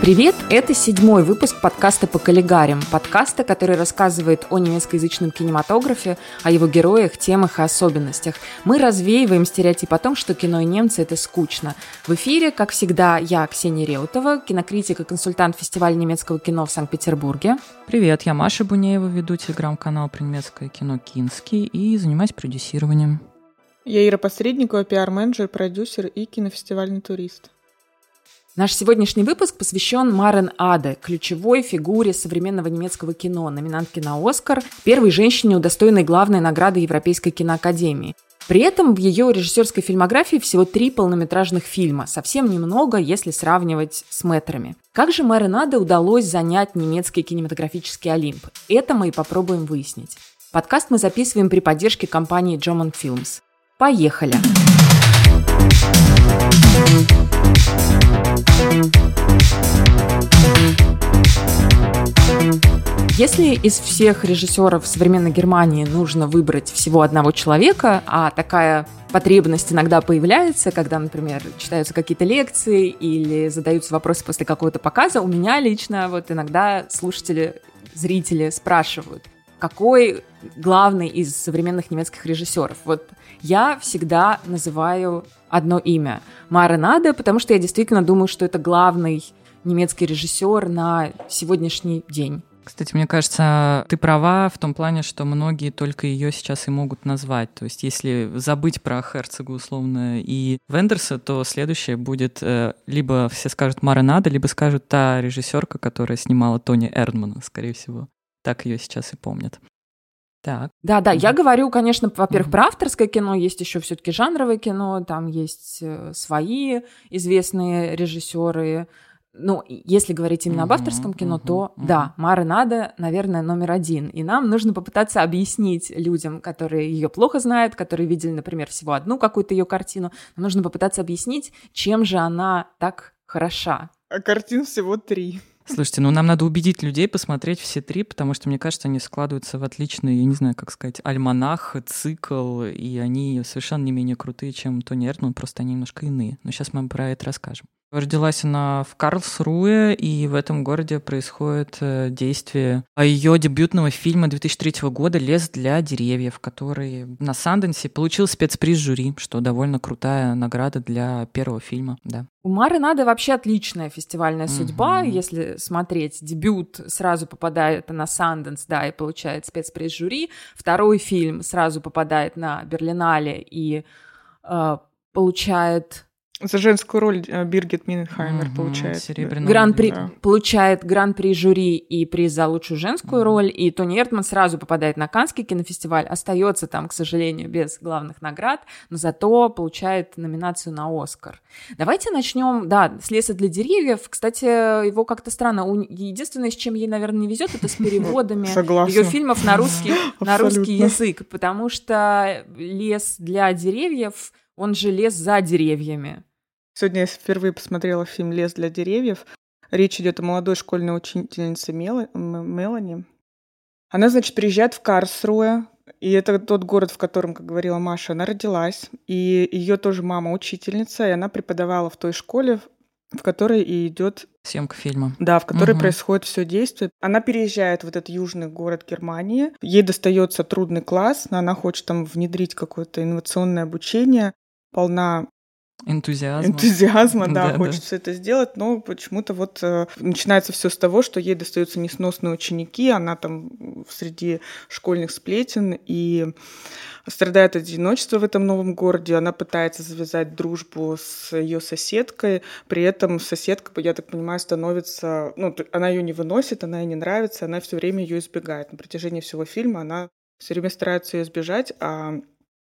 Привет! Это 7-й выпуск подкаста «По коллегарям», подкаста, который рассказывает о немецкоязычном кинематографе, о его героях, темах и особенностях. Мы развеиваем стереотип о том, что кино и немцы – это скучно. В эфире, как всегда, я, Ксения Реутова, кинокритик и консультант фестиваля немецкого кино в Санкт-Петербурге. Привет, я Маша Бунеева, веду телеграм-канал про немецкое кино «Кинский» и занимаюсь продюсированием. Я Ира Посредникова, пиар-менеджер, продюсер и кинофестивальный турист. Наш сегодняшний выпуск посвящен Марен Аде, ключевой фигуре современного немецкого кино, номинантке на «Оскар», первой женщине, удостоенной главной награды Европейской киноакадемии. При этом в ее режиссерской фильмографии всего 3 полнометражных фильма, совсем немного, если сравнивать с мэтрами. Как же Марен Аде удалось занять немецкий кинематографический Олимп? Это мы и попробуем выяснить. Подкаст мы записываем при поддержке компании German Films. Поехали! Если из всех режиссеров современной Германии нужно выбрать всего одного человека, а такая потребность иногда появляется, когда, например, читаются какие-то лекции или задаются вопросы после какого-то показа, у меня лично иногда слушатели, зрители спрашивают, какой главный из современных немецких режиссеров? Я всегда называю одно имя – Марен Аде, потому что я действительно думаю, что это главный немецкий режиссер на сегодняшний день. Кстати, мне кажется, ты права в том плане, что многие только ее сейчас и могут назвать. То есть если забыть про Херцога условно и Вендерса, то следующее будет либо все скажут Марен Аде, либо скажут та режиссерка, которая снимала Тони Эрдмана, скорее всего. Так ее сейчас и помнят. Так. Да, я говорю, конечно, во-первых, про авторское кино, есть еще все-таки жанровое кино, там есть свои известные режиссеры. Ну, если говорить именно об авторском кино, то да, Марен Аде, наверное, номер 1. И нам нужно попытаться объяснить людям, которые ее плохо знают, которые видели, например, всего одну какую-то ее картину, нам нужно попытаться объяснить, чем же она так хороша. А картин всего 3. Слушайте, нам надо убедить людей посмотреть все 3, потому что, мне кажется, они складываются в отличный, я не знаю, как сказать, альманах, цикл, и они совершенно не менее крутые, чем Тони Эрдман, просто они немножко иные. Но сейчас мы про это расскажем. Родилась она в Карлсруэ, и в этом городе происходит действие ее дебютного фильма 2003 года «Лес для деревьев», который на Санденсе получил спецприз жюри, что довольно крутая награда для первого фильма, да. У Марен Аде вообще отличная фестивальная судьба, если смотреть. Дебют сразу попадает на Санденс, да, и получает спецприз жюри. Второй фильм сразу попадает на Берлинале и получает... За женскую роль Биргит Минненхаймер получает Гран-при, получает гран-при жюри и приз за лучшую женскую роль, и Тони Эрдман сразу попадает на Каннский кинофестиваль, остается там, к сожалению, без главных наград, но зато получает номинацию на «Оскар». Давайте начнем, с «Леса для деревьев». Кстати, его как-то странно. Единственное, с чем ей, наверное, не везет, это с переводами ее фильмов на русский язык, потому что «Лес для деревьев», он же «Лес за деревьями». Сегодня я впервые посмотрела фильм «Лес для деревьев». Речь идет о молодой школьной учительнице Мелани. Она, приезжает в Карлсруэ, и это тот город, в котором, как говорила Маша, она родилась. И ее тоже мама учительница, и она преподавала в той школе, в которой и идет съемка фильма. Да, в которой происходит все действие. Она переезжает в этот южный город Германии. Ей достается трудный класс, но она хочет там внедрить какое-то инновационное обучение, полна энтузиазма, хочет все это сделать, но почему-то начинается все с того, что ей достаются несносные ученики, она там среди школьных сплетен и страдает от одиночества в этом новом городе. Она пытается завязать дружбу с ее соседкой, при этом соседка, я так понимаю, становится... она ее не выносит, она ей не нравится, она все время ее избегает. На протяжении всего фильма она все время старается ее избежать, а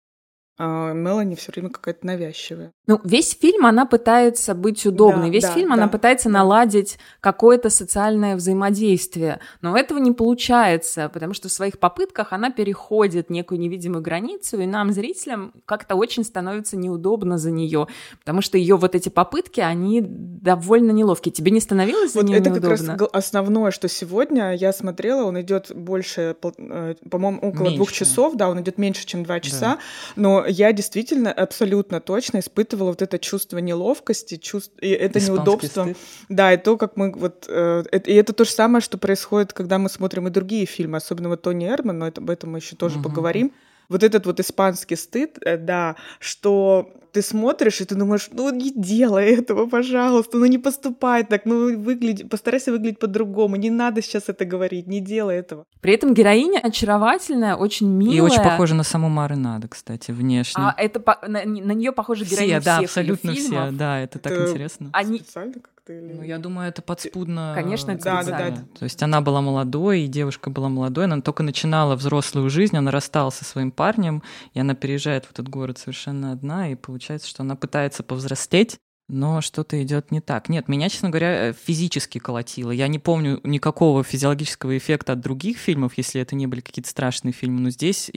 Мелани все время какая-то навязчивая. Весь фильм она пытается быть удобной, весь фильм она пытается наладить какое-то социальное взаимодействие, но этого не получается, потому что в своих попытках она переходит некую невидимую границу, и нам, зрителям, как-то очень становится неудобно за нее, потому что ее эти попытки, они довольно неловкие. Тебе не становилось за нее неудобно? Это как раз основное, что сегодня я смотрела, он идет больше, по-моему, около 2 часов, он идет меньше, чем 2 часа, но я действительно абсолютно точно испытывала вот это чувство неловкости, и это неудобство. Стыд. Да, и то, как мы вот... И это то же самое, что происходит, когда мы смотрим и другие фильмы, особенно вот Тони Эрдман, но об этом мы еще тоже поговорим. Вот этот вот испанский стыд, да, что ты смотришь, и ты думаешь, ну не делай этого, пожалуйста, ну не поступай так, ну постарайся выглядеть по-другому, не надо сейчас это говорить, не делай этого. При этом героиня очаровательная, очень милая. И очень похожа на саму Мару Надо, кстати, внешне. А это на нее похожа героиня всех абсолютно все, да, это так интересно. Специально как-то или... Ну, я думаю, это подспудно. Конечно, это специально. Да. То есть она была молодой, и девушка была молодой, она только начинала взрослую жизнь, она рассталась со своим парнем, и она переезжает в этот город совершенно одна, и получается, что она пытается повзрослеть, но что-то идет не так. Нет, меня, честно говоря, физически колотило. Я не помню никакого физиологического эффекта от других фильмов, если это не были какие-то страшные фильмы, но здесь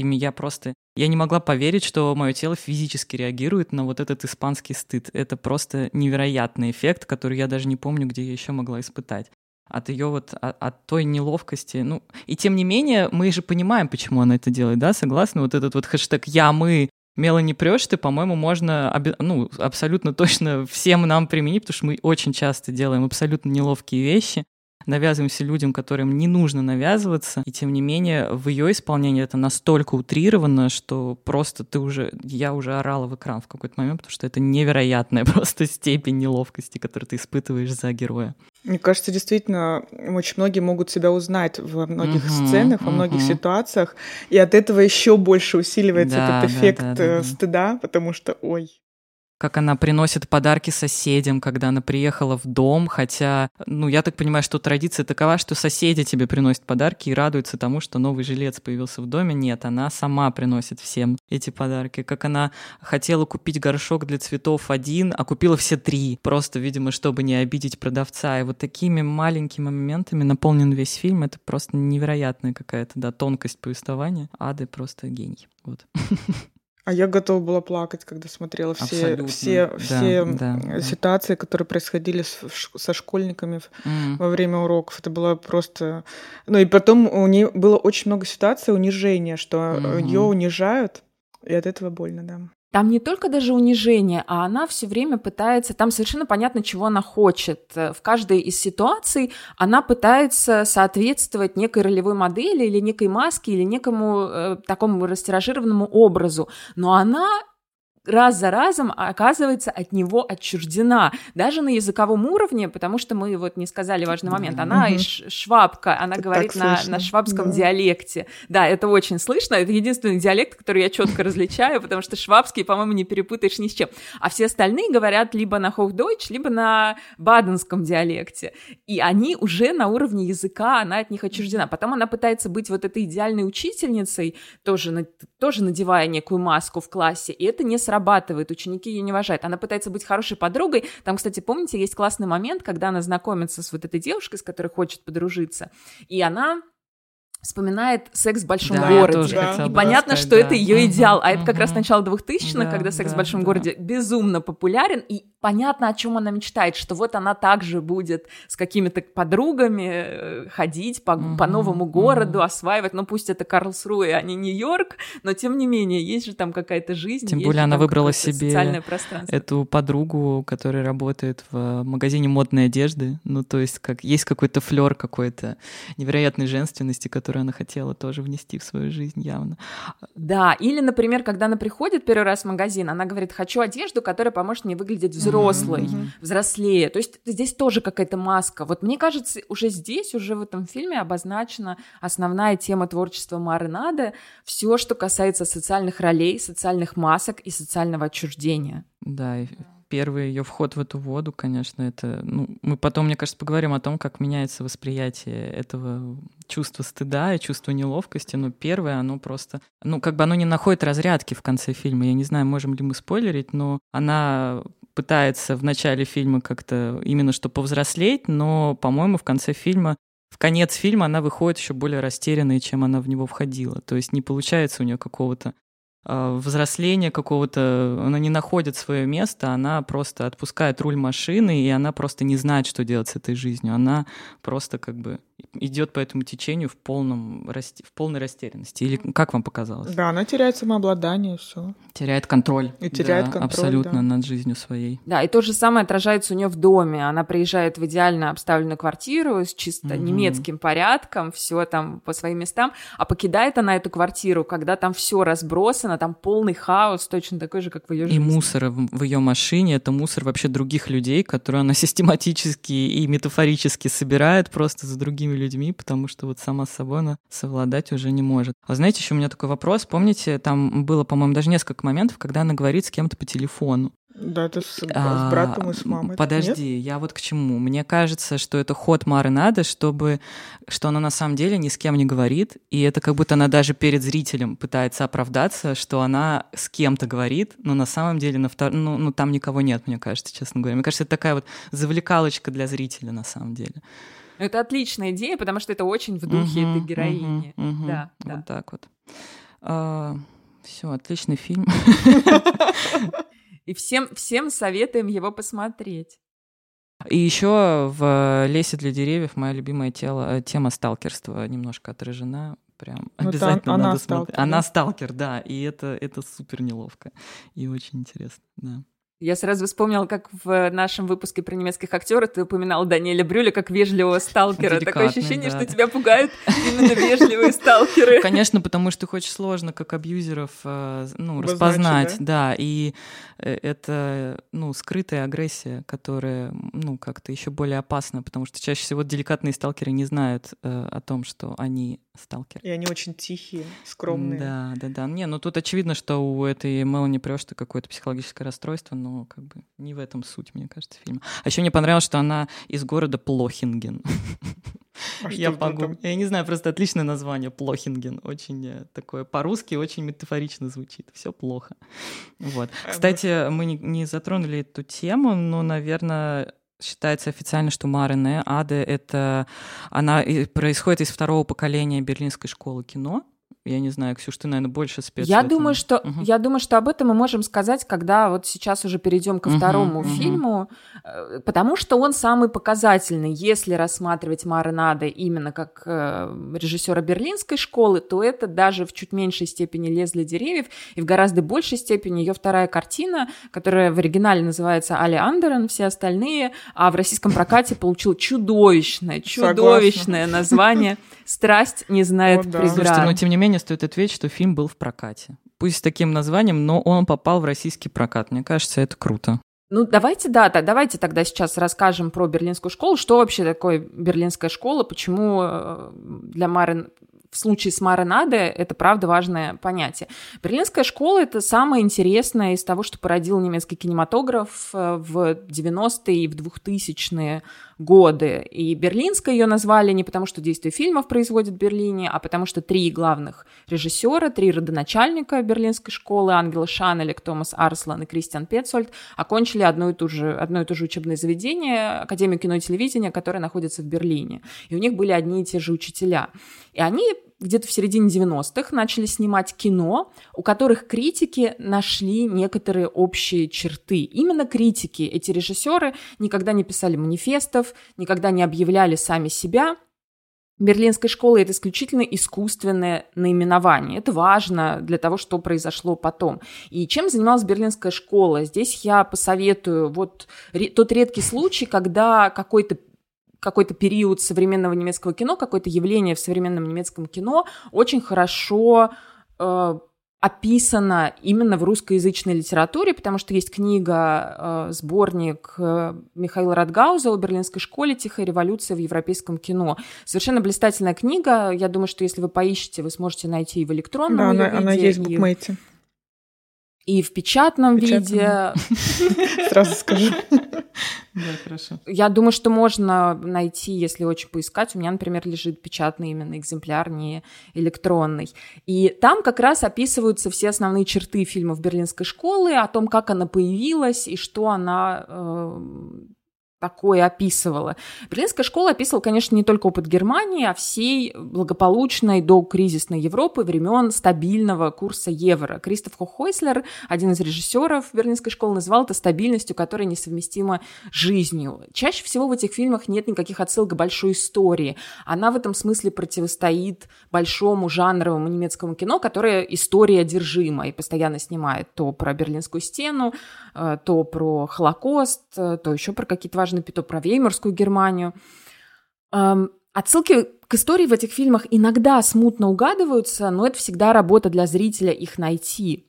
я не могла поверить, что мое тело физически реагирует на вот этот испанский стыд. Это просто невероятный эффект, который я даже не помню, где я еще могла испытать. От ее от той неловкости. Ну, и тем не менее, мы же понимаем, почему она это делает, да, согласны? Вот этот вот хэштег «я», «мы», «Мелани, прёшь ты», по-моему, можно абсолютно точно всем нам применить, потому что мы очень часто делаем абсолютно неловкие вещи, навязываемся людям, которым не нужно навязываться, и тем не менее в ее исполнении это настолько утрировано, что просто я уже орала в экран в какой-то момент, потому что это невероятная просто степень неловкости, которую ты испытываешь за героя. Мне кажется, действительно, очень многие могут себя узнать во многих сценах, во многих ситуациях, и от этого еще больше усиливается этот эффект стыда, потому что, как она приносит подарки соседям, когда она приехала в дом, хотя, я так понимаю, что традиция такова, что соседи тебе приносят подарки и радуются тому, что новый жилец появился в доме. Нет, она сама приносит всем эти подарки. Как она хотела купить горшок для цветов один, а купила все 3, просто, видимо, чтобы не обидеть продавца. И вот такими маленькими моментами наполнен весь фильм. Это просто невероятная какая-то, тонкость повествования. Ады просто гений. Вот. А я готова была плакать, когда смотрела все ситуации, которые происходили со школьниками во время уроков. Это было просто... и потом у нее было очень много ситуаций унижения, что ее унижают, и от этого больно, да. Там не только даже унижение, а она все время пытается, там совершенно понятно, чего она хочет. В каждой из ситуаций она пытается соответствовать некой ролевой модели или некой маске, или некому такому растиражированному образу. Но она раз за разом оказывается от него отчуждена. Даже на языковом уровне, потому что мы не сказали важный момент. Она швабка, она это говорит на швабском диалекте. Да, это очень слышно. Это единственный диалект, который я четко различаю, потому что швабский, по-моему, не перепутаешь ни с чем. А все остальные говорят либо на Hochdeutsch, либо на баденском диалекте. И они уже на уровне языка, она от них отчуждена. Потом она пытается быть вот этой идеальной учительницей, тоже надевая некую маску в классе, и это не срабатывает, ученики ее не уважают. Она пытается быть хорошей подругой. Там, кстати, помните, есть классный момент, когда она знакомится с вот этой девушкой, с которой хочет подружиться, и она вспоминает «Секс в большом городе». И понятно, что это ее идеал. А это как раз начало 2000-х, когда «Секс в большом городе» безумно популярен. И понятно, о чем она мечтает, что вот она также будет с какими-то подругами ходить по новому городу, осваивать. Ну, пусть это Карлсруэ, а не Нью-Йорк, но тем не менее, есть же там какая-то жизнь. Тем более она выбрала себе эту подругу, которая работает в магазине модной одежды. Ну, то есть есть какой-то флёр какой-то невероятной женственности, которую она хотела тоже внести в свою жизнь явно. Да, или, например, когда она приходит первый раз в магазин, она говорит: хочу одежду, которая поможет мне выглядеть взрослой, взрослее. То есть здесь тоже какая-то маска. Вот мне кажется, уже в этом фильме обозначена основная тема творчества Мары Надэ, все, что касается социальных ролей, социальных масок и социального отчуждения. Да, и первый ее вход в эту воду, конечно, это... мы потом, мне кажется, поговорим о том, как меняется восприятие этого чувства стыда и чувства неловкости, но первое, оно просто... оно не находит разрядки в конце фильма. Я не знаю, можем ли мы спойлерить, но она пытается в начале фильма как-то именно что повзрослеть, но, по-моему, в конце фильма, в конец фильма она выходит еще более растерянной, чем она в него входила. То есть не получается у нее какого-то взросления какого-то, она не находит свое место, она просто отпускает руль машины, и она просто не знает, что делать с этой жизнью. Она просто идет по этому течению в полной растерянности. Или как вам показалось? Да, она теряет самообладание, все. Теряет контроль. И теряет контроль, абсолютно да. над жизнью своей. Да, и то же самое отражается у нее в доме. Она приезжает в идеально обставленную квартиру с чисто немецким порядком, все там по своим местам, а покидает она эту квартиру, когда там все разбросано, там полный хаос, точно такой же, как в ее жизни. И мусор в ее машине — это мусор вообще других людей, которые она систематически и метафорически собирает просто за другими людьми, потому что вот сама с собой она совладать уже не может. А знаете, еще у меня такой вопрос. Помните, там было, по-моему, даже несколько моментов, когда она говорит с кем-то по телефону. Да, это с братом и с мамой. Подожди, я вот к чему? Мне кажется, что это ход Мары Нады, что она на самом деле ни с кем не говорит, и это как будто она даже перед зрителем пытается оправдаться, что она с кем-то говорит, но на самом деле там никого нет, мне кажется, честно говоря. Мне кажется, это такая вот завлекалочка для зрителя на самом деле. Это отличная идея, потому что это очень в духе этой героини. Да. Вот так вот. Все, отличный фильм. И всем советуем его посмотреть. И еще в «Лесе для деревьев» моя любимая тема сталкерства немножко отражена. Прям обязательно надо смотреть. Она сталкер, да, и это супер неловко и очень интересно, да. Я сразу вспомнила, как в нашем выпуске про немецких актеров ты упоминал Даниэля Брюля как вежливого сталкера. Такое ощущение, что тебя пугают именно вежливые сталкеры. Конечно, потому что их очень сложно, как абьюзеров, распознать. Да, и это скрытая агрессия, которая как-то еще более опасна, потому что чаще всего деликатные сталкеры не знают о том, что они сталкеры. И они очень тихие, скромные. Да. Тут очевидно, что у этой Мелани Прёшта какое-то психологическое расстройство, но как бы не в этом суть, мне кажется, фильма. А еще мне понравилось, что она из города Плохинген. Я не знаю, просто отличное название Плохинген. Очень такое по-русски, очень метафорично звучит. Все плохо. Вот. Кстати, мы не затронули эту тему, но, наверное, считается официально, что Мара Нады она происходит из второго поколения Берлинской школы кино. Я не знаю, Ксюш, ты, наверное, больше спец. Я думаю, что об этом мы можем сказать, когда вот сейчас уже перейдем ко второму фильму, потому что он самый показательный. Если рассматривать Мару Наду именно как режиссера Берлинской школы, то это даже в чуть меньшей степени «Лес для деревьев», и в гораздо большей степени ее вторая картина, которая в оригинале называется «Али Андерен», все остальные, а в российском прокате получил чудовищное название «Страсть не знает преград». Слушайте, но тем не менее стоит ответить, что фильм был в прокате. Пусть с таким названием, но он попал в российский прокат. Мне кажется, это круто. Давайте тогда сейчас расскажем про Берлинскую школу. Что вообще такое Берлинская школа? Почему для Мары... В случае с Марой Надой это, правда, важное понятие. Берлинская школа — это самое интересное из того, что породил немецкий кинематограф в 90-е и в 2000-е годы. И Берлинской ее назвали не потому, что действие фильмов происходит в Берлине, а потому что 3 главных режиссера, 3 родоначальника Берлинской школы, Ангела Шанелек, Томас Арслан и Кристиан Петцольд, окончили одно и то же учебное заведение, Академию кино и телевидения, которое находится в Берлине. И у них были одни и те же учителя. И они где-то в середине 90-х начали снимать кино, у которых критики нашли некоторые общие черты. Именно критики, эти режиссеры, никогда не писали манифестов, никогда не объявляли сами себя. Берлинской школы — это исключительно искусственное наименование. Это важно для того, что произошло потом. И чем занималась Берлинская школа? Здесь я посоветую тот редкий случай, когда какой-то период современного немецкого кино, какое-то явление в современном немецком кино очень хорошо описано именно в русскоязычной литературе, потому что есть книга, сборник Михаила Радгауза о Берлинской школе «Тихая революция в европейском кино». Совершенно блистательная книга. Я думаю, что если вы поищете, вы сможете найти и в электронном виде. Она есть в букмейте. И в печатном виде. Сразу скажу. Да, хорошо. Я думаю, что можно найти, если очень поискать. У меня, например, лежит печатный именно экземпляр, не электронный. И там как раз описываются все основные черты фильмов Берлинской школы, о том, как она появилась и что она такое описывала. Берлинская школа описывала, конечно, не только опыт Германии, а всей благополучной докризисной Европы времен стабильного курса евро. Кристоф Хохойслер, один из режиссеров Берлинской школы, называл это стабильностью, которая несовместима с жизнью. Чаще всего в этих фильмах нет никаких отсылок к большой истории. Она в этом смысле противостоит большому жанровому немецкому кино, которое история одержима и постоянно снимает то про Берлинскую стену, то про Холокост, то еще про какие-то важные то про Веймарскую Германию. Отсылки к истории в этих фильмах иногда смутно угадываются, но это всегда работа для зрителя их найти.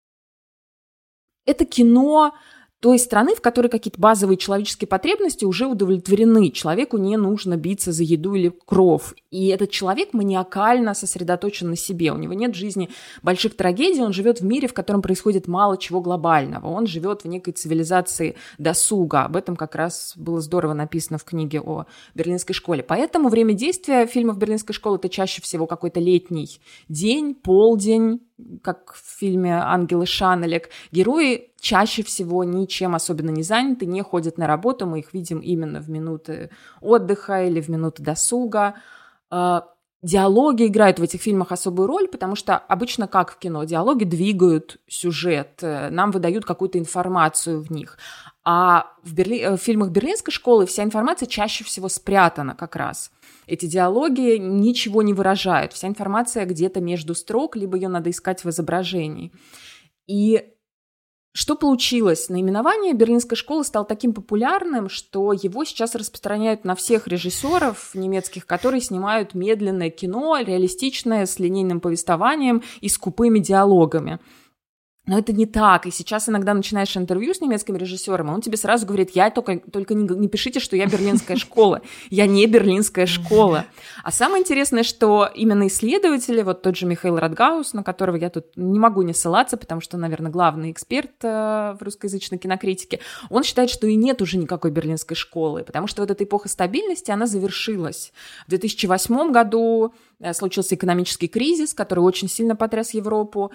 Это кино той страны, в которой какие-то базовые человеческие потребности уже удовлетворены. Человеку не нужно биться за еду или кров. И этот человек маниакально сосредоточен на себе. У него нет в жизни больших трагедий. Он живет в мире, в котором происходит мало чего глобального. Он живет в некой цивилизации досуга. Об этом как раз было здорово написано в книге о Берлинской школе. Поэтому время действия фильмов Берлинской школы — это чаще всего какой-то летний день, полдень, как в фильме «Ангелы Шанелек». Герои чаще всего ничем особенно не заняты, не ходят на работу. Мы их видим именно в минуты отдыха или в минуты досуга. Диалоги играют в этих фильмах особую роль, потому что обычно, как в кино, диалоги двигают сюжет, нам выдают какую-то информацию в них. А в фильмах Берлинской школы вся информация чаще всего спрятана как раз. Эти диалоги ничего не выражают. Вся информация где-то между строк, либо ее надо искать в изображении. И что получилось? Наименование Берлинской школы стало таким популярным, что его сейчас распространяют на всех режиссеров немецких, которые снимают медленное кино, реалистичное, с линейным повествованием и скупыми диалогами. Но это не так. И сейчас иногда начинаешь интервью с немецким режиссером, и он тебе сразу говорит: я только не пишите, что я берлинская школа. Я не берлинская школа. А самое интересное, что именно исследователи, вот тот же Михаил Радгаус, на которого я тут не могу не ссылаться, потому что, наверное, главный эксперт в русскоязычной кинокритике, он считает, что и нет уже никакой берлинской школы, потому что вот эта эпоха стабильности, она завершилась. В 2008 году случился экономический кризис, который очень сильно потряс Европу.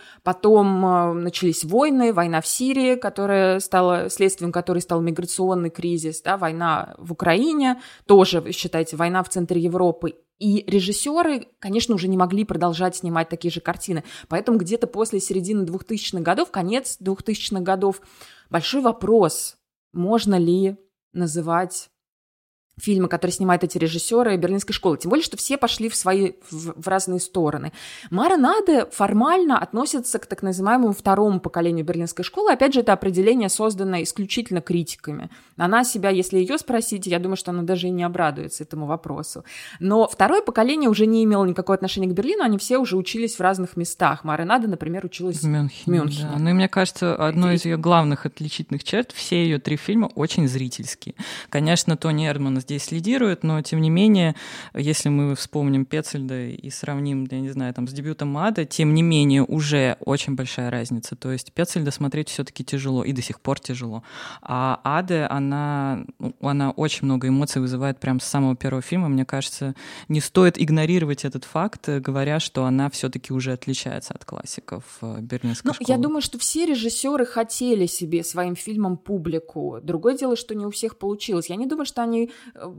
Потом начались войны, война в Сирии, следствием которой стал миграционный кризис, да, война в Украине, тоже, считайте, война в центре Европы. И режиссеры, конечно, уже не могли продолжать снимать такие же картины. Поэтому где-то после середины 2000-х годов, конец 2000-х годов, большой вопрос, можно ли называть фильмы, которые снимают эти режиссеры Берлинской школы. Тем более, что все пошли в разные стороны. Мара Наде формально относится к так называемому второму поколению Берлинской школы. Опять же, это определение создано исключительно критиками. Она себя, если ее спросить, я думаю, что она даже и не обрадуется этому вопросу. Но второе поколение уже не имело никакого отношения к Берлину, они все уже учились в разных местах. Мара Наде, например, училась в Мюнхене. Да. Ну и мне кажется, одной из ее главных отличительных черт — все ее 3 фильма очень зрительские. Конечно, Тони Эрдман здесь лидирует, но тем не менее, если мы вспомним Петцельда и сравним, я не знаю, там, с дебютом Ады, тем не менее уже очень большая разница. То есть Петцельда смотреть все-таки тяжело, и до сих пор тяжело. А Ада, она очень много эмоций вызывает прямо с самого первого фильма. Мне кажется, не стоит игнорировать этот факт, говоря, что она все-таки уже отличается от классиков Берлинской школы. Я думаю, что все режиссеры хотели себе своим фильмом публику. Другое дело, что не у всех получилось. Я не думаю, что они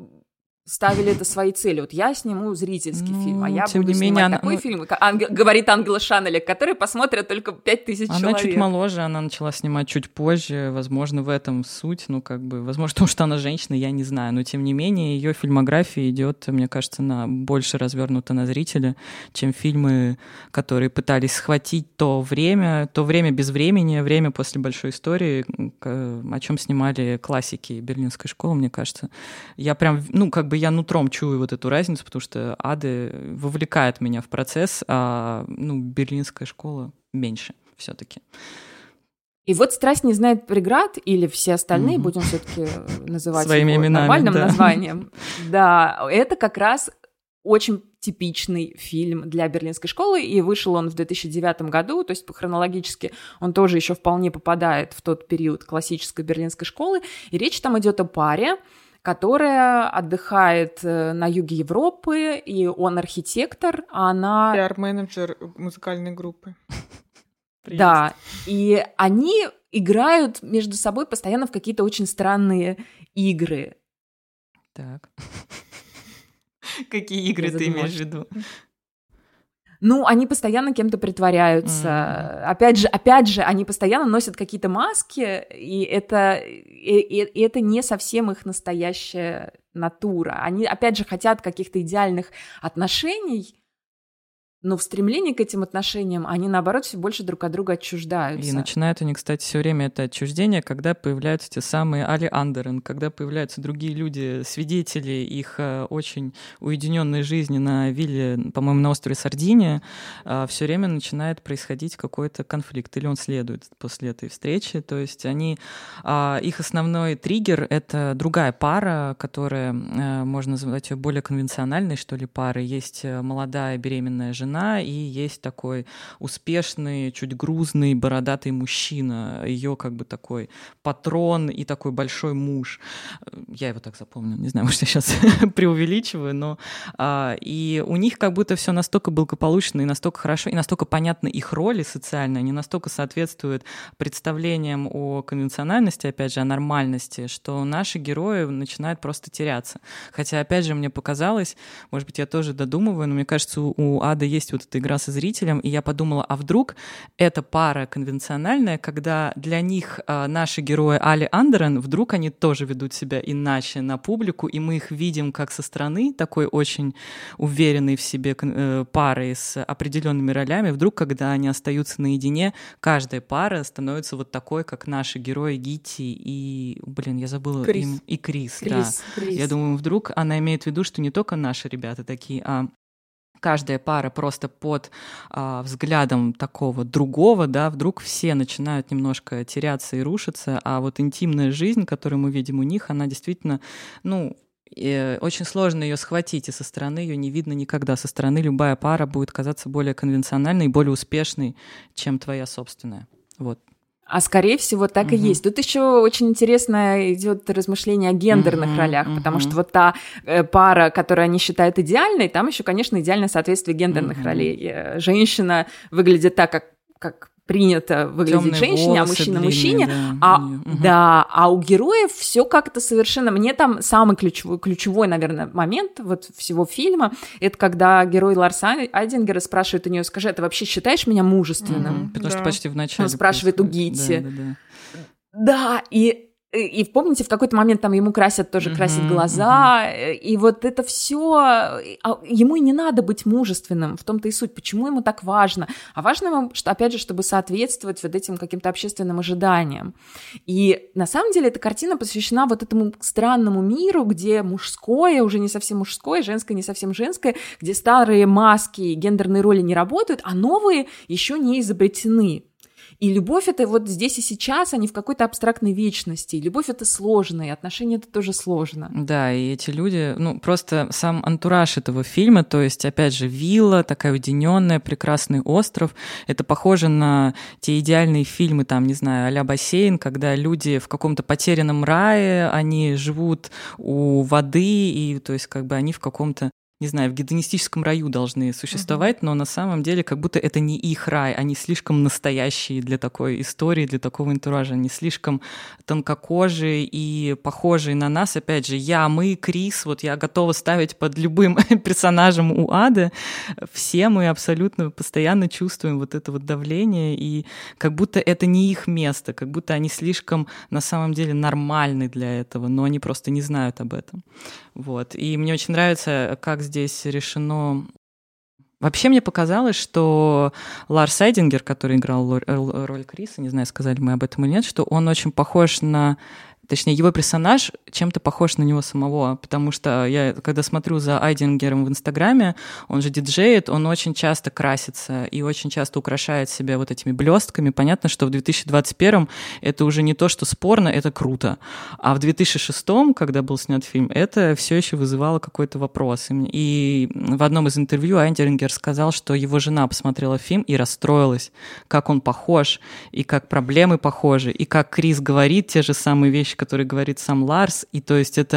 ставили это своей целью. Вот я сниму зрительский фильм, а я буду снимать такой фильм, говорит Ангела Шанелек, который посмотрят только 5000 человек. Она чуть моложе, она начала снимать чуть позже, возможно, в этом суть, возможно, потому что она женщина, я не знаю, но тем не менее ее фильмография идет, мне кажется, больше развернута на зрителя, чем фильмы, которые пытались схватить то время без времени, время после большой истории, о чем снимали классики Берлинской школы, мне кажется. Я прям, я нутром чую вот эту разницу, потому что Ада вовлекает меня в процесс, а Берлинская школа меньше все-таки. И вот «Страсть не знает преград» или все остальные, будем все-таки называть своими его именами, нормальным названием. Да, это как раз очень типичный фильм для Берлинской школы, и вышел он в 2009 году, то есть хронологически он тоже еще вполне попадает в тот период классической Берлинской школы, и речь там идет о паре, которая отдыхает на юге Европы, и он архитектор, а она... Пиар-менеджер музыкальной группы. Да, и они играют между собой постоянно в какие-то очень странные игры. Так. Какие игры ты имеешь в виду? Ну, они постоянно кем-то притворяются. Опять же, они постоянно носят какие-то маски, и это не совсем их настоящая натура. Они, опять же, хотят каких-то идеальных отношений, но в стремлении к этим отношениям они, наоборот, все больше друг от друга отчуждаются. И начинают они, кстати, все время это отчуждение, когда появляются те самые Али Андерен, когда появляются другие люди, свидетели их очень уединенной жизни на вилле, по-моему, на острове Сардиния, все время начинает происходить какой-то конфликт, или он следует после этой встречи. То есть их основной триггер — это другая пара, которая, можно назвать ее более конвенциональной, что ли, парой. Есть молодая беременная жена, и есть такой успешный, чуть грузный, бородатый мужчина. Ее как бы такой патрон и такой большой муж. Я его так запомнила, не знаю, может, я сейчас преувеличиваю, но и у них как будто все настолько благополучно и настолько хорошо, и настолько понятны их роли социальные, они настолько соответствуют представлениям о конвенциональности, опять же, о нормальности, что наши герои начинают просто теряться. Хотя, опять же, мне показалось, может быть, я тоже додумываю, но мне кажется, у Ады есть вот эта игра со зрителем, и я подумала, а вдруг эта пара конвенциональная, когда для них наши герои Али Андерен, вдруг они тоже ведут себя иначе на публику, и мы их видим как со стороны, такой очень уверенной в себе парой с определенными ролями, вдруг, когда они остаются наедине, каждая пара становится вот такой, как наши герои Гитти и, я забыла им, и Крис. Я думаю, вдруг она имеет в виду, что не только наши ребята такие, а каждая пара просто под взглядом такого другого, да, вдруг все начинают немножко теряться и рушиться, а вот интимная жизнь, которую мы видим у них, она действительно, очень сложно ее схватить, и со стороны ее не видно никогда. Со стороны любая пара будет казаться более конвенциональной и более успешной, чем твоя собственная. Вот. А скорее всего так и есть. Тут еще очень интересно идет размышление о гендерных ролях, потому что вот та пара, которую они считают идеальной, там еще, конечно, идеальное соответствие гендерных ролей. Женщина выглядит так, как принято выглядеть женщине, а мужчина длинные, мужчине. А у героев все как-то совершенно... Мне там самый ключевой, наверное, момент вот всего фильма, это когда герой Ларса Айдингера спрашивает у нее: скажи, а ты вообще считаешь меня мужественным? Потому что почти в начале. Он спрашивает у Гитти. Да, и помните, в какой-то момент там ему красят глаза, и вот это все, ему и не надо быть мужественным, в том-то и суть, почему ему так важно. А важно ему, что, опять же, чтобы соответствовать вот этим каким-то общественным ожиданиям. И на самом деле эта картина посвящена вот этому странному миру, где мужское уже не совсем мужское, женское не совсем женское, где старые маски и гендерные роли не работают, а новые еще не изобретены. И любовь — это вот здесь и сейчас, а не в какой-то абстрактной вечности. И любовь — это сложно, и отношения — это тоже сложно. Да, и эти люди, просто сам антураж этого фильма, то есть, опять же, вилла, такая уединенная, прекрасный остров, это похоже на те идеальные фильмы, там, не знаю, а-ля «Бассейн», когда люди в каком-то потерянном рае, они живут у воды, и, то есть, как бы они в каком-то, не знаю, в гедонистическом раю должны существовать, но на самом деле как будто это не их рай, они слишком настоящие для такой истории, для такого антуража, они слишком тонкокожие и похожие на нас. Опять же, мы, Крис, вот я готова ставить под любым персонажем у Ады. Все мы абсолютно постоянно чувствуем вот это вот давление, и как будто это не их место, как будто они слишком на самом деле нормальны для этого, но они просто не знают об этом. Вот. И мне очень нравится, как здесь решено... Вообще мне показалось, что Ларс Айдингер, который играл роль Криса, не знаю, сказали мы об этом или нет, что он очень похож на... Точнее, его персонаж чем-то похож на него самого, потому что я, когда смотрю за Айдингером в Инстаграме, он же диджеет, он очень часто красится и очень часто украшает себя вот этими блестками. Понятно, что в 2021 это уже не то, что спорно, это круто. А в 2006, когда был снят фильм, это все еще вызывало какой-то вопрос. И в одном из интервью Айдингер сказал, что его жена посмотрела фильм и расстроилась, как он похож, и как проблемы похожи, и как Крис говорит те же самые вещи, которые говорит сам Ларс, и то есть это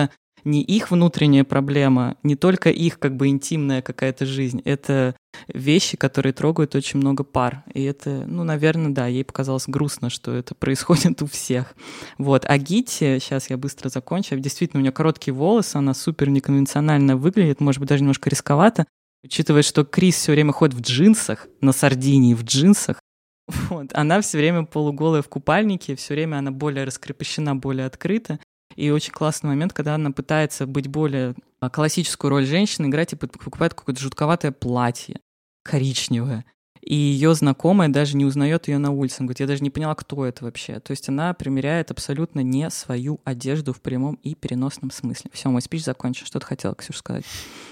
не их внутренняя проблема, не только их как бы интимная какая-то жизнь, это вещи, которые трогают очень много пар. И это, ну, наверное, да, ей показалось грустно, что это происходит у всех. Вот. А Гитти, сейчас я быстро закончу, действительно, у нее короткие волосы, она супер неконвенционально выглядит, может быть, даже немножко рисковато, учитывая, что Крис все время ходит в джинсах, на Сардинии в джинсах. Вот. Она все время полуголая в купальнике, все время она более раскрепощена, более открыта. И очень классный момент, когда она пытается быть более классическую роль женщины, играть и покупает какое-то жутковатое платье, коричневое. И ее знакомая даже не узнает ее на улице. Она говорит, я даже не поняла, кто это вообще. То есть она примеряет абсолютно не свою одежду в прямом и переносном смысле. Все, мой спич закончен. Что ты хотела, Ксюша, сказать?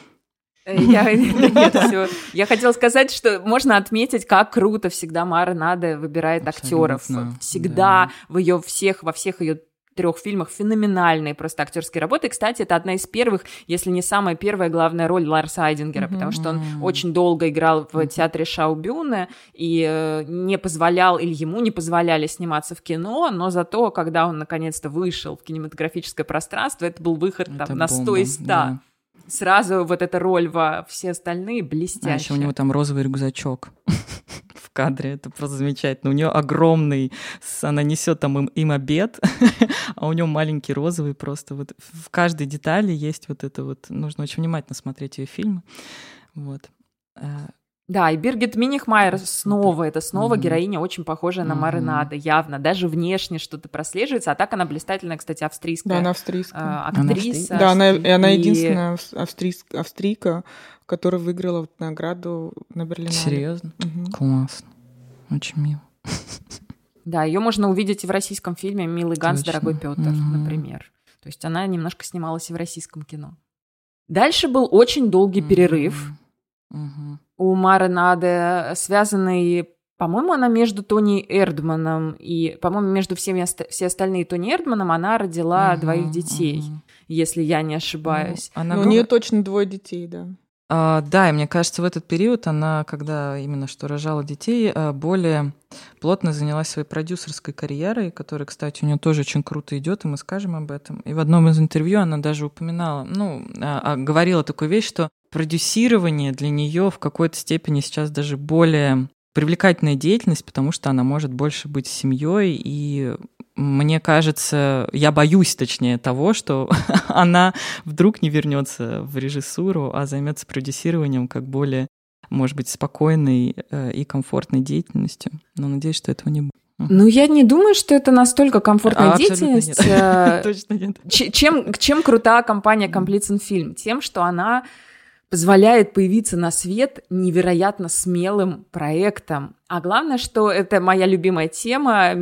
Я хотела сказать, что можно отметить, как круто всегда Мара Наде выбирает актеров. Всегда во всех ее 3 фильмах феноменальные просто актерские работы. Кстати, это одна из первых, если не самая первая главная роль Ларса Айдингера, потому что он очень долго играл в театре Шаубюне и не позволял, или ему не позволяли сниматься в кино, но зато, когда он наконец-то вышел в кинематографическое пространство, это был выход там, на 100 из 100. Да. Сразу вот эта роль во все остальные блестящие. А еще у него там розовый рюкзачок в кадре, это просто замечательно. У нее огромный, она несет там им обед, а у него маленький розовый просто. Вот в каждой детали есть вот это вот. Нужно очень внимательно смотреть ее фильмы. Вот. Да, и Биргит Минихмайер снова героиня, очень похожая на Мару Наде, явно, даже внешне что-то прослеживается, а так она блистательная, кстати, австрийская. Да, она австрийская. Актриса. Да, она единственная австрийка, которая выиграла награду на Берлинале. Серьезно? Классно. Очень мило. Да, ее можно увидеть и в российском фильме «Милый Ганс, дорогой Пётр», например. То есть она немножко снималась и в российском кино. Дальше был очень долгий перерыв. У Мары Наде, связанный, по-моему, она между Тони Эрдманом и, по-моему, между все остальные Тони Эрдманом она родила 2 детей, если я не ошибаюсь. У нее точно 2 детей, да. Да, и мне кажется, в этот период она, когда именно что рожала детей, более плотно занялась своей продюсерской карьерой, которая, кстати, у нее тоже очень круто идет, и мы скажем об этом. И в одном из интервью она даже упоминала, говорила такую вещь, что продюсирование для нее в какой-то степени сейчас даже более привлекательная деятельность, потому что она может больше быть семьей, и мне кажется, я боюсь, точнее, того, что она вдруг не вернется в режиссуру, а займется продюсированием как более, может быть, спокойной и комфортной деятельностью. Но надеюсь, что этого не будет. Ну, я не думаю, что это настолько комфортная деятельность. Точно нет. Чем крута компания Komplizен Film? Тем, что она позволяет появиться на свет невероятно смелым проектам. А главное, что это моя любимая тема,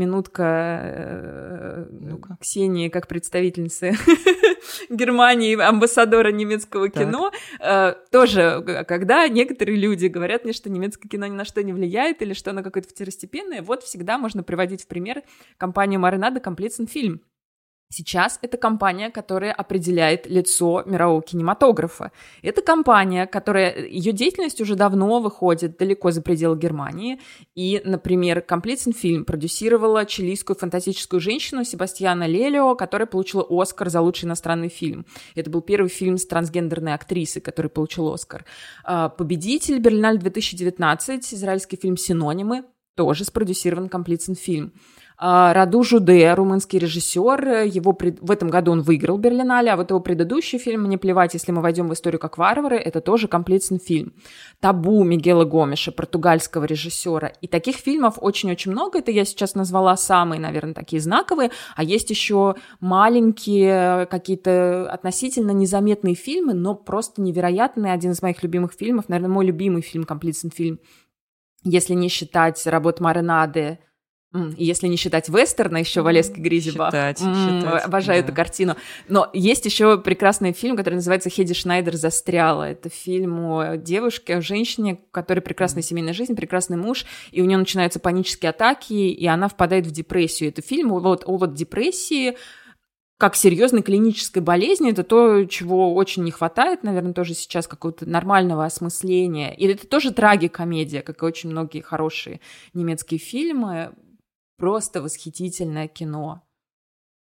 минутка Ксении как представительницы Германии, амбассадора немецкого кино. Тоже, когда некоторые люди говорят мне, что немецкое кино ни на что не влияет или что оно какое-то второстепенное, вот всегда можно приводить в пример компанию Мары Наде Komplizen Film. Сейчас это компания, которая определяет лицо мирового кинематографа. Это компания, ее деятельность уже давно выходит далеко за пределы Германии. И, например, Komplizen Film продюсировала чилийскую фантастическую женщину Себастьяна Лелио, которая получила Оскар за лучший иностранный фильм. Это был первый фильм с трансгендерной актрисой, который получил Оскар. Победитель Берлинале 2019, израильский фильм «Синонимы», тоже спродюсирован Komplizen Film. Раду Жуде, румынский режиссер, в этом году он выиграл Берлинале, а вот его предыдущий фильм «Мне плевать, если мы войдем в историю как варвары» — это тоже Komplizen Film. «Табу» Мигеля Гомеша, португальского режиссера. И таких фильмов очень-очень много. Это я сейчас назвала самые, наверное, такие знаковые. А есть еще маленькие, какие-то относительно незаметные фильмы, но просто невероятные. Один из моих любимых фильмов, наверное, мой любимый фильм Komplizen Film, если не считать работ Мары Наде, если не считать вестерна, еще Валески Гризебах. Обожаю эту картину. Но есть еще прекрасный фильм, который называется «Хеди Шнайдер застряла». Это фильм о девушке, о женщине, у которой прекрасная семейная жизнь, прекрасный муж, и у нее начинаются панические атаки, и она впадает в депрессию. Это фильм о депрессии, как серьезной клинической болезни. Это то, чего очень не хватает, наверное, тоже сейчас, какого-то нормального осмысления. И это тоже трагикомедия, как и очень многие хорошие немецкие фильмы. Просто восхитительное кино.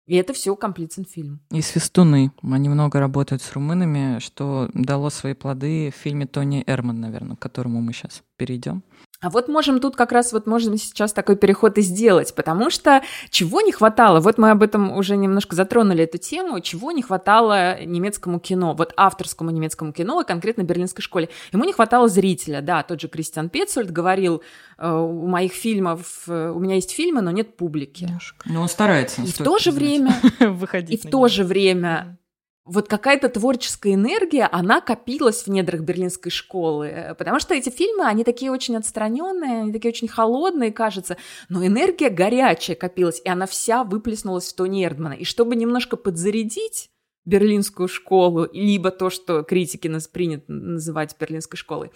И это все комплицен-фильм. И «Свистуны». Они много работают с румынами, что дало свои плоды в фильме Тони Эрдман, наверное, к которому мы сейчас перейдем. А вот можем тут как раз можем сейчас такой переход и сделать, потому что чего не хватало, вот мы об этом уже немножко затронули эту тему, чего не хватало немецкому кино, вот авторскому немецкому кино, и конкретно Берлинской школе. Ему не хватало зрителя, да, тот же Кристиан Петцольд говорил, у моих фильмов, у меня есть фильмы, но нет публики. Но он старается. И в то же время, вот какая-то творческая энергия, она копилась в недрах Берлинской школы, потому что эти фильмы, они такие очень отстраненные, они такие очень холодные, кажется, но энергия горячая копилась, и она вся выплеснулась в Тони Эрдмана. И чтобы немножко подзарядить Берлинскую школу, либо то, что критики принято называть Берлинской школой,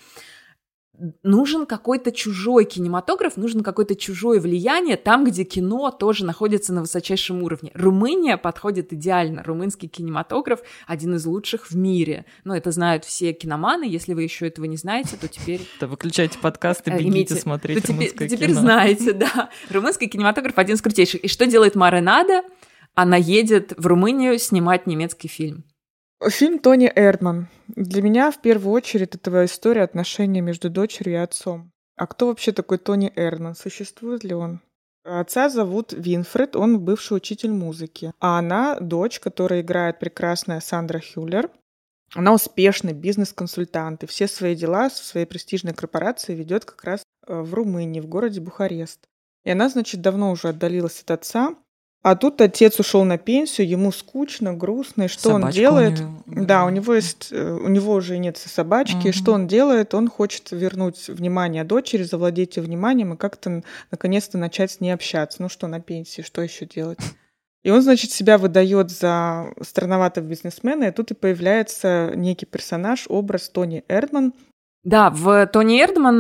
нужен какой-то чужой кинематограф, нужно какое-то чужое влияние там, где кино тоже находится на высочайшем уровне. Румыния подходит идеально. Румынский кинематограф один из лучших в мире. Но это знают все киноманы. Если вы еще этого не знаете, то теперь... Да, выключайте подкаст и бегите смотреть румынское кино. Теперь знаете, да. Румынский кинематограф один из крутейших. И что делает Маре Надо? Она едет в Румынию снимать немецкий фильм. Фильм Тони Эрдман. Для меня в первую очередь это история отношений между дочерью и отцом. А кто вообще такой Тони Эрдман? Существует ли он? Отца зовут Винфред, он бывший учитель музыки. А она дочь, которая играет прекрасная Сандра Хюллер. Она успешный бизнес-консультант, и все свои дела в своей престижной корпорации ведет как раз в Румынии, в городе Бухарест. И она, значит, давно уже отдалилась от отца. А тут отец ушел на пенсию, ему скучно, грустно, и что собачка он делает? Да, у него уже нет собачки, и что он делает? Он хочет вернуть внимание дочери, завладеть ее вниманием и как-то наконец-то начать с ней общаться. Ну что, на пенсии, что еще делать? И он, значит, себя выдает за странноватого бизнесмена, и тут и появляется некий персонаж, образ Тони Эрдман. Да, в Тони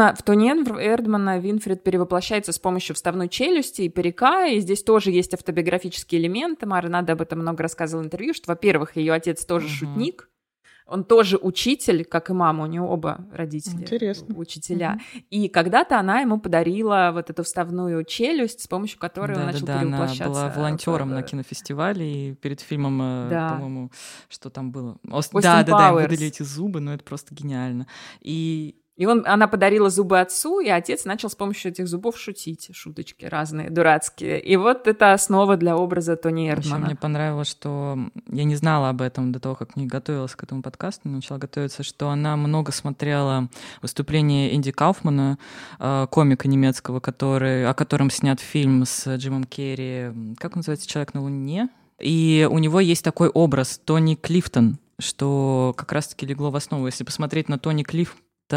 Эрдмана Винфред перевоплощается с помощью вставной челюсти и парика, и здесь тоже есть автобиографические элементы. Маре Надо об этом много рассказывала в интервью, что, во-первых, ее отец тоже шутник, он тоже учитель, как и мама, у нее оба родители учителя. И когда-то она ему подарила вот эту вставную челюсть, с помощью которой он начал перевоплощаться. Она была волонтером на кинофестивале, и перед фильмом, по-моему, что там было? Да, выдали эти зубы, но это просто гениально. И она подарила зубы отцу, и отец начал с помощью этих зубов шутить. Шуточки разные, дурацкие. И вот это основа для образа Тони Эрдмана. Еще мне понравилось, что я не знала об этом до того, как не готовилась к этому подкасту, начала готовиться, что она много смотрела выступления Энди Кауфмана, комика немецкого, о котором снят фильм с Джимом Керри. Как он называется? «Человек на Луне». И у него есть такой образ Тони Клифтон, что как раз-таки легло в основу. Если посмотреть на Тони Клифтона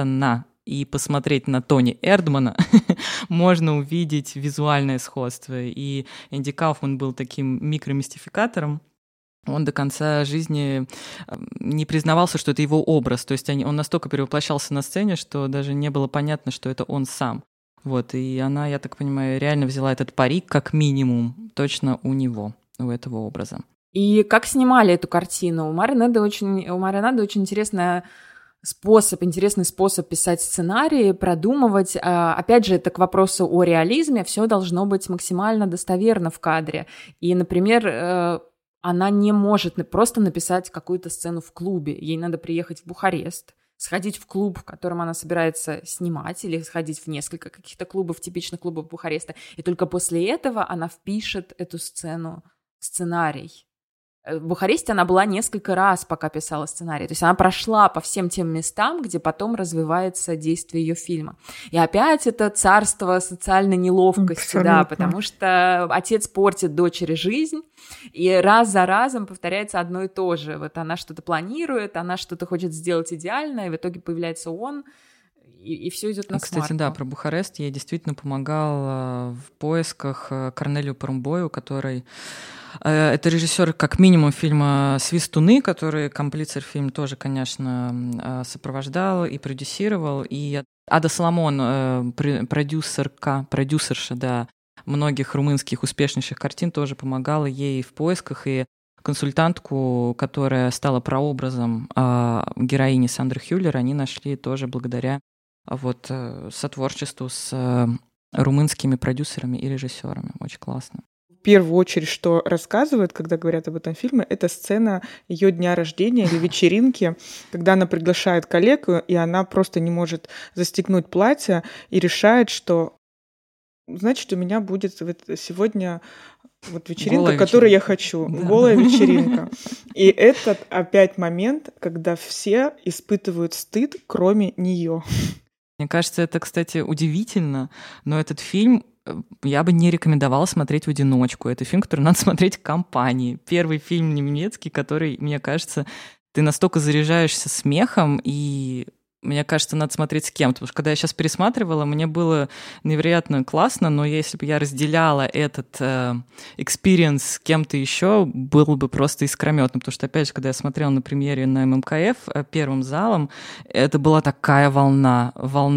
и посмотреть на Тони Эрдмана, можно увидеть визуальное сходство. И Энди Кауфман был таким микромистификатором. Он до конца жизни не признавался, что это его образ. То есть он настолько перевоплощался на сцене, что даже не было понятно, что это он сам. Вот, и она, я так понимаю, реально взяла этот парик как минимум точно у него, у этого образа. И как снимали эту картину? У Маре Надо очень интересный способ писать сценарии, продумывать. Опять же, это к вопросу о реализме. Все должно быть максимально достоверно в кадре. И, например, она не может просто написать какую-то сцену в клубе. Ей надо приехать в Бухарест, сходить в клуб, в котором она собирается снимать, или сходить в несколько каких-то клубов, типичных клубов Бухареста. И только после этого она впишет эту сцену в сценарий. В Бухаресте она была несколько раз, пока писала сценарий. То есть она прошла по всем тем местам, где потом развивается действие ее фильма. И опять это царство социальной неловкости, да, потому что отец портит дочери жизнь, и раз за разом повторяется одно и то же. Вот она что-то планирует, она что-то хочет сделать идеально, и в итоге появляется он, и все идет на смарку. Кстати, да, про Бухарест ей действительно помогал в поисках Корнелио Порумбою, который... Это режиссер как минимум фильма «Свистуны», который комплицер-фильм тоже, конечно, сопровождал и продюсировал. И Ада Соломон, продюсерша, да, многих румынских успешнейших картин, тоже помогала ей в поисках. И консультантку, которая стала прообразом героини Сандры Хюллер, они нашли тоже благодаря сотворчеству с румынскими продюсерами и режиссерами. Очень классно. первую очередь, что рассказывают, когда говорят об этом фильме, это сцена ее дня рождения или вечеринки, когда она приглашает коллег, и она просто не может застегнуть платье и решает, что значит, у меня будет сегодня вот вечеринка, голая которую я вечеринка. хочу. Да. Голая вечеринка. И этот опять момент, когда все испытывают стыд, кроме нее. Мне кажется, это, кстати, удивительно, но этот фильм я бы не рекомендовала смотреть в одиночку. Это фильм, который надо смотреть в компании. Первый фильм немецкий, который, мне кажется, ты настолько заряжаешься смехом, и мне кажется, надо смотреть с кем-то. Потому что когда я сейчас пересматривала, мне было невероятно классно, но если бы я разделяла этот экспириенс с кем-то еще, было бы просто искрометно. Потому что, опять же, когда я смотрела на премьере на ММКФ первым залом, это была такая волна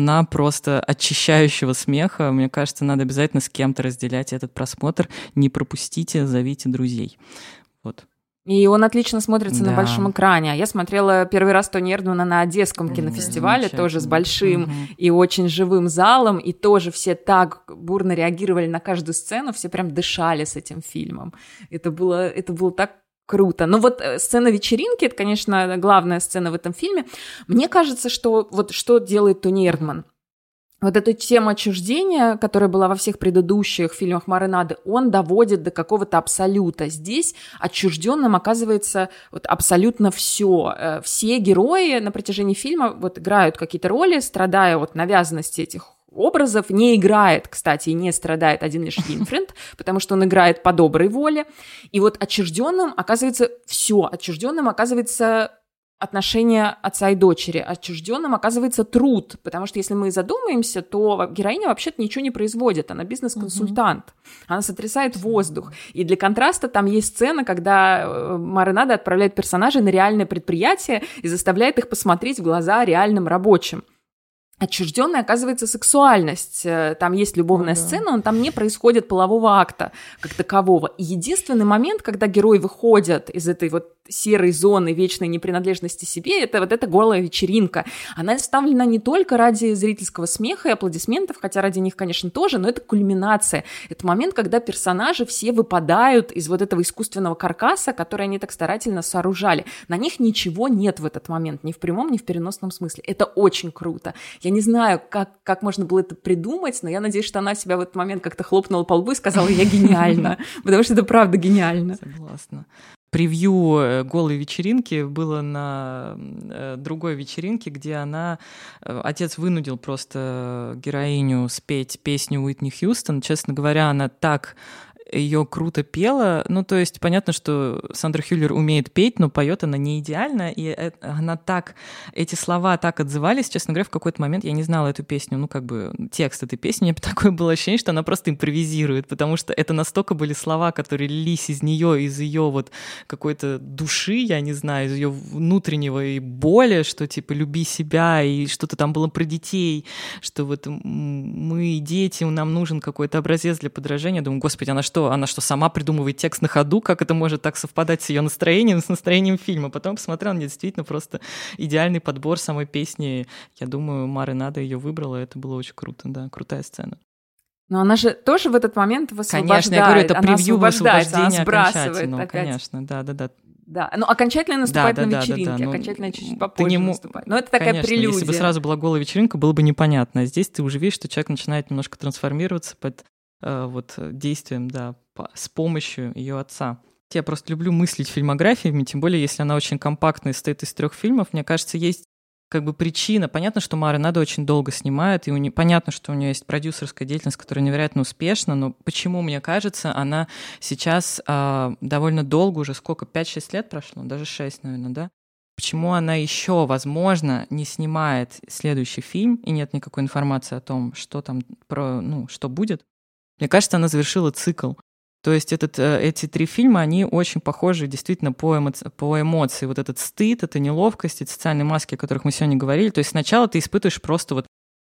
просто очищающего смеха. Мне кажется, надо обязательно с кем-то разделять этот просмотр. Не пропустите, зовите друзей. Вот. И он отлично смотрится на большом экране. Я смотрела первый раз Тони Эрдмана на Одесском кинофестивале, тоже с большим и очень живым залом, и тоже все так бурно реагировали на каждую сцену, все прям дышали с этим фильмом. Это было так круто. Но вот сцена вечеринки, это, конечно, главная сцена в этом фильме. Мне кажется, что вот что делает Тони Эрдман. Вот эту тему отчуждения, которая была во всех предыдущих фильмах Мары Нады, он доводит до какого-то абсолюта. Здесь отчужденным оказывается вот абсолютно все. Все герои на протяжении фильма вот играют какие-то роли, страдая от навязанности этих образов. Не играет, кстати, и не страдает один лишь Винфренд, потому что он играет по доброй воле. И вот отчужденным оказывается все. Отчужденным оказывается отношения отца и дочери, отчужденным оказывается труд, потому что если мы задумаемся, то героиня вообще-то ничего не производит, она бизнес-консультант, она сотрясает воздух. И для контраста там есть сцена, когда Мара Нада отправляет персонажей на реальное предприятие и заставляет их посмотреть в глаза реальным рабочим. Отчужденная оказывается сексуальность. Там есть любовная сцена, но там не происходит полового акта как такового. И единственный момент, когда герои выходят из этой вот серой зоны вечной непринадлежности себе, это вот эта голая вечеринка. Она вставлена не только ради зрительского смеха и аплодисментов, хотя ради них, конечно, тоже, но это кульминация. Это момент, когда персонажи все выпадают из вот этого искусственного каркаса, который они так старательно сооружали. На них ничего нет в этот момент, ни в прямом, ни в переносном смысле. Это очень круто. Я не знаю, как можно было это придумать, но я надеюсь, что она себя в этот момент как-то хлопнула по лбу и сказала: «Я гениальна», потому что это правда гениально. Согласна. Превью голой вечеринки было на другой вечеринке, где отец вынудил просто героиню спеть песню Уитни Хьюстон. Честно говоря, она так ее круто пела. Ну, то есть понятно, что Сандра Хюллер умеет петь, но поет она не идеально, и она так, эти слова так отзывались, честно говоря, в какой-то момент я не знала эту песню, ну, как бы текст этой песни, у меня такое было ощущение, что она просто импровизирует, потому что это настолько были слова, которые лились из нее, из ее вот какой-то души, я не знаю, из ее внутреннего и боли, что типа люби себя, и что-то там было про детей, что вот мы дети, нам нужен какой-то образец для подражания. Думаю, господи, она что, сама придумывает текст на ходу, как это может так совпадать с ее настроением, с настроением фильма. Потом посмотрела, мне действительно просто идеальный подбор самой песни. Я думаю, Мара Нада ее выбрала, это было очень круто, да, крутая сцена. Но она же тоже в этот момент высвобождает. Конечно, я говорю, это превью высвобождения, она сбрасывает опять. Конечно, да. Да, но окончательно наступает на вечеринке, окончательно чуть попозже наступает. Но это такая прелюдия. Если бы сразу была голая вечеринка, было бы непонятно. А здесь ты уже видишь, что человек начинает немножко трансформироваться под вот действием, да, с помощью ее отца. Я просто люблю мыслить фильмографиями, тем более, если она очень компактная, состоит из 3 фильмов. Мне кажется, есть как бы причина. Понятно, что Мара Нада очень долго снимает, и понятно, что у нее есть продюсерская деятельность, которая невероятно успешна, но почему, мне кажется, она сейчас довольно долго, уже сколько, 5-6 лет прошло, даже 6, наверное, да? Почему она еще, возможно, не снимает следующий фильм, и нет никакой информации о том, что там, что будет? Мне кажется, она завершила цикл. То есть эти 3 фильма, они очень похожи действительно по эмоции. Вот этот стыд, эта неловкость, эти социальные маски, о которых мы сегодня говорили. То есть сначала ты испытываешь просто вот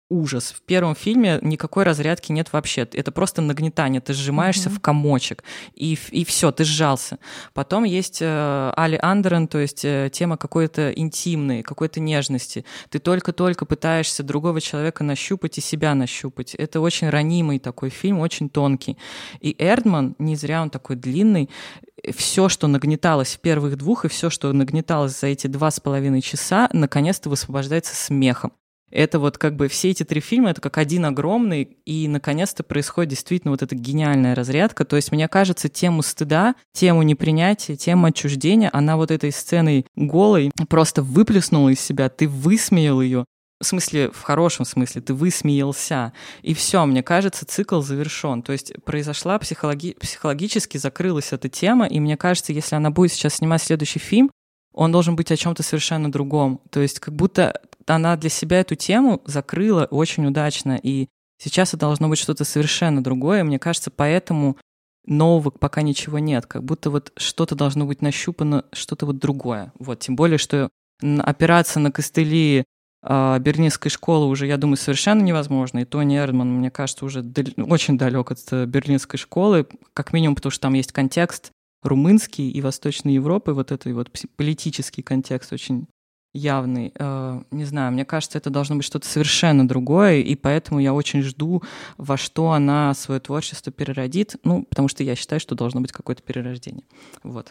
ужас. В первом фильме никакой разрядки нет вообще. Это просто нагнетание. Ты сжимаешься в комочек, и все, ты сжался. Потом есть Али Андерен, то есть тема какой-то интимной, какой-то нежности. Ты только-только пытаешься другого человека нащупать и себя нащупать. Это очень ранимый такой фильм, очень тонкий. И Эрдман, не зря он такой длинный, все, что нагнеталось в первых двух, и все, что нагнеталось за эти 2,5 часа, наконец-то высвобождается смехом. Это вот как бы все эти 3 фильма, это как один огромный, и наконец-то происходит действительно вот эта гениальная разрядка. То есть, мне кажется, тему стыда, тему непринятия, тему отчуждения, она вот этой сценой голой просто выплеснула из себя, ты высмеял ее. В смысле, в хорошем смысле, ты высмеялся. И все, мне кажется, цикл завершен. То есть произошла психологически закрылась эта тема, и мне кажется, если она будет сейчас снимать следующий фильм, он должен быть о чем-то совершенно другом. То есть как будто она для себя эту тему закрыла очень удачно, и сейчас это должно быть что-то совершенно другое. Мне кажется, поэтому нового пока ничего нет. Как будто вот что-то должно быть нащупано, что-то вот другое. Вот. Тем более, что опираться на костыли берлинской школы уже, я думаю, совершенно невозможно. И Тони Эрдман, мне кажется, уже очень далек от берлинской школы, как минимум, потому что там есть контекст румынский и Восточной Европы, вот этот вот политический контекст очень явный. Не знаю, мне кажется, это должно быть что-то совершенно другое, и поэтому я очень жду, во что она свое творчество переродит, потому что я считаю, что должно быть какое-то перерождение. Вот.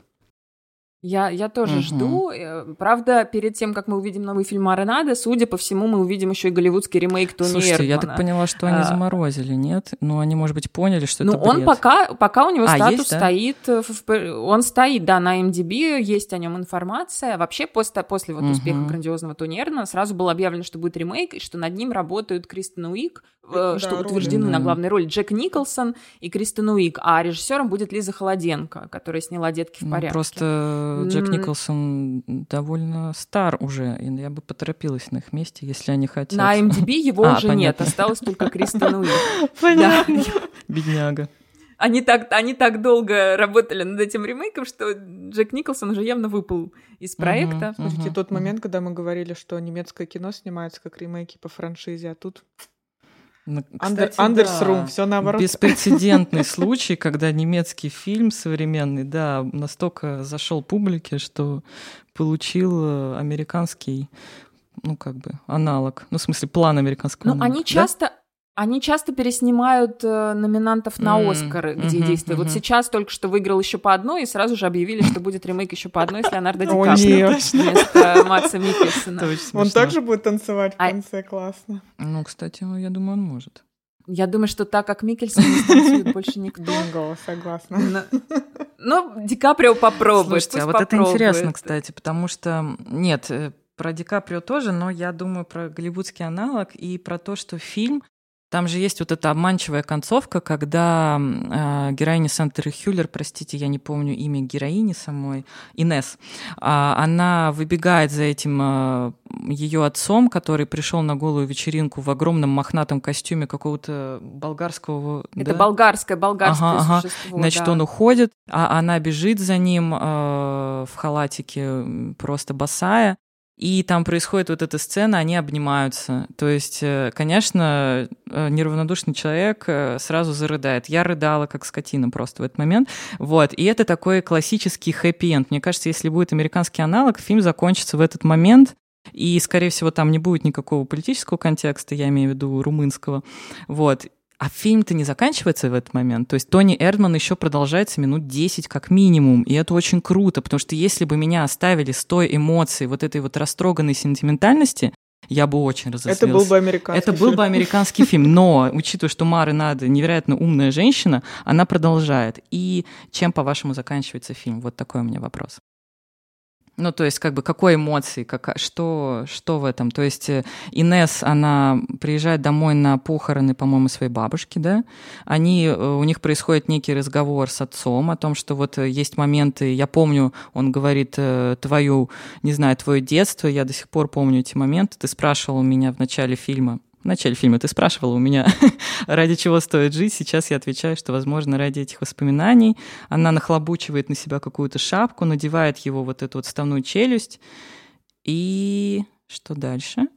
Я тоже жду. Правда, перед тем, как мы увидим новый фильм Аронадо, судя по всему, мы увидим еще и голливудский ремейк Тони Эрдмана. Слушайте, я так поняла, что они заморозили, нет? Они, может быть, поняли, что это бред. Он пока у него статус есть, да? стоит, он стоит, да, на IMDb, есть о нем информация. Вообще, после вот успеха грандиозного Тони Эрдмана сразу было объявлено, что будет ремейк, и что над ним работают Кристен Уиг, что утверждены на главной роли Джек Николсон и Кристен Уиг, а режиссером будет Лиза Холоденко, которая сняла «Детки в порядке». Просто Джек Николсон довольно стар уже, и я бы поторопилась на их месте, если они хотят. На IMDb его уже понятно. Нет, осталось только Кристен Уиг. Понятно. Бедняга. Они так долго работали над этим ремейком, что Джек Николсон уже явно выпал из проекта. Смотрите, тот момент, когда мы говорили, что немецкое кино снимается как ремейки по франшизе, а тут... Андерсрум, все наоборот. Беспрецедентный случай, когда немецкий фильм современный, да, настолько зашел публике, что получил американский, аналог. В смысле, план американского аналога. Они часто переснимают номинантов на Оскары, где действие. Вот сейчас только что выиграл еще по одной, и сразу же объявили, что будет ремейк еще по одной с Леонардо Ди Каприо вместо Мадса Миккельсена. Он также будет танцевать в конце, классно. Кстати, я думаю, он может. Я думаю, что так как Миккельсон не танцует, больше никто. Бинго, согласна. Ди Каприо попробует. Слушайте, а вот это интересно, кстати, потому что... Нет, про Ди Каприо тоже, но я думаю про голливудский аналог и про то, что фильм... Там же есть вот эта обманчивая концовка, когда героиня Сандры Хюллер, простите, я не помню имя героини самой, Инесс, она выбегает за этим ее отцом, который пришел на голую вечеринку в огромном мохнатом костюме какого-то болгарского... Это болгарское существо. Значит, он уходит, а она бежит за ним в халатике, просто босая. И там происходит вот эта сцена, они обнимаются. То есть, конечно, неравнодушный человек сразу зарыдает. Я рыдала, как скотина просто в этот момент. Вот. И это такой классический хэппи-энд. Мне кажется, если будет американский аналог, фильм закончится в этот момент, и, скорее всего, там не будет никакого политического контекста, я имею в виду румынского. Вот. А фильм-то не заканчивается в этот момент. То есть Тони Эрдман еще продолжается минут 10 как минимум. И это очень круто, потому что если бы меня оставили с той эмоцией, вот этой вот растроганной сентиментальности, я бы очень разозлился. Это был бы американский фильм. Это был бы американский фильм. Но, учитывая, что Мары Надо невероятно умная женщина, она продолжает. И чем, по-вашему, заканчивается фильм? Вот такой у меня вопрос. То есть, какой эмоции, что в этом? То есть, Инесс, она приезжает домой на похороны, по-моему, своей бабушки, да? У них происходит некий разговор с отцом о том, что вот есть моменты, я помню, он говорит, твое детство, я до сих пор помню эти моменты, ты спрашивал у меня в начале фильма, ты спрашивала у меня, ради чего стоит жить. Сейчас я отвечаю, что, возможно, ради этих воспоминаний. Она нахлобучивает на себя какую-то шапку, надевает его вот эту вот вставную челюсть. И что дальше?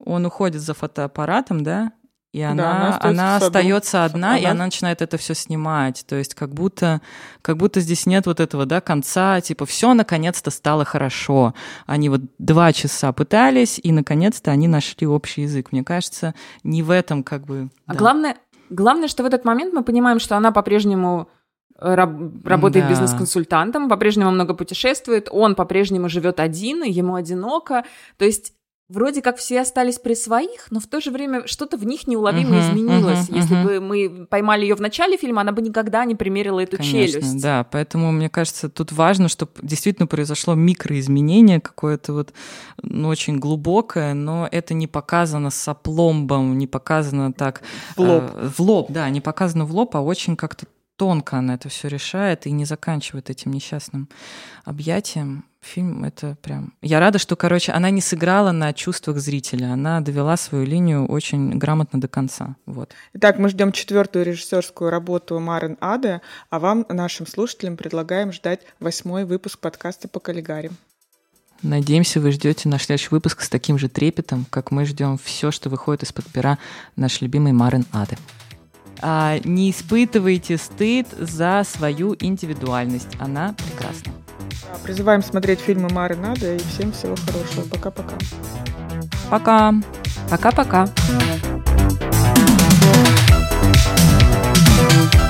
он уходит за фотоаппаратом, да, и она остается одна, и она начинает это все снимать. То есть как будто здесь нет вот этого, да, конца, типа все наконец-то стало хорошо. Они вот 2 часа пытались, и наконец-то они нашли общий язык. Мне кажется, не в этом как бы... А да. Главное, что в этот момент мы понимаем, что она по-прежнему работает бизнес-консультантом, по-прежнему много путешествует, он по-прежнему живет один, и ему одиноко. То есть вроде как все остались при своих, но в то же время что-то в них неуловимо изменилось. Если бы мы поймали ее в начале фильма, она бы никогда не примерила эту челюсть. Да, поэтому, мне кажется, тут важно, чтобы действительно произошло микроизменение какое-то вот, очень глубокое, но это не показано с опломбом, не показано так... В лоб, да, не показано в лоб, а очень как-то тонко она это все решает и не заканчивает этим несчастным объятием. Фильм это прям... Я рада, что, она не сыграла на чувствах зрителя, она довела свою линию очень грамотно до конца. Вот. Итак, мы ждем 4-ю режиссерскую работу Марен Аде, а вам, нашим слушателям, предлагаем ждать 8-й выпуск подкаста по Каллигари. Надеемся, вы ждете наш следующий выпуск с таким же трепетом, как мы ждем все, что выходит из-под пера нашей любимой Марен Аде. Не испытывайте стыд за свою индивидуальность. Она прекрасна. Призываем смотреть фильмы Марен Аде и всем всего хорошего. Пока-пока. Пока. Пока-пока.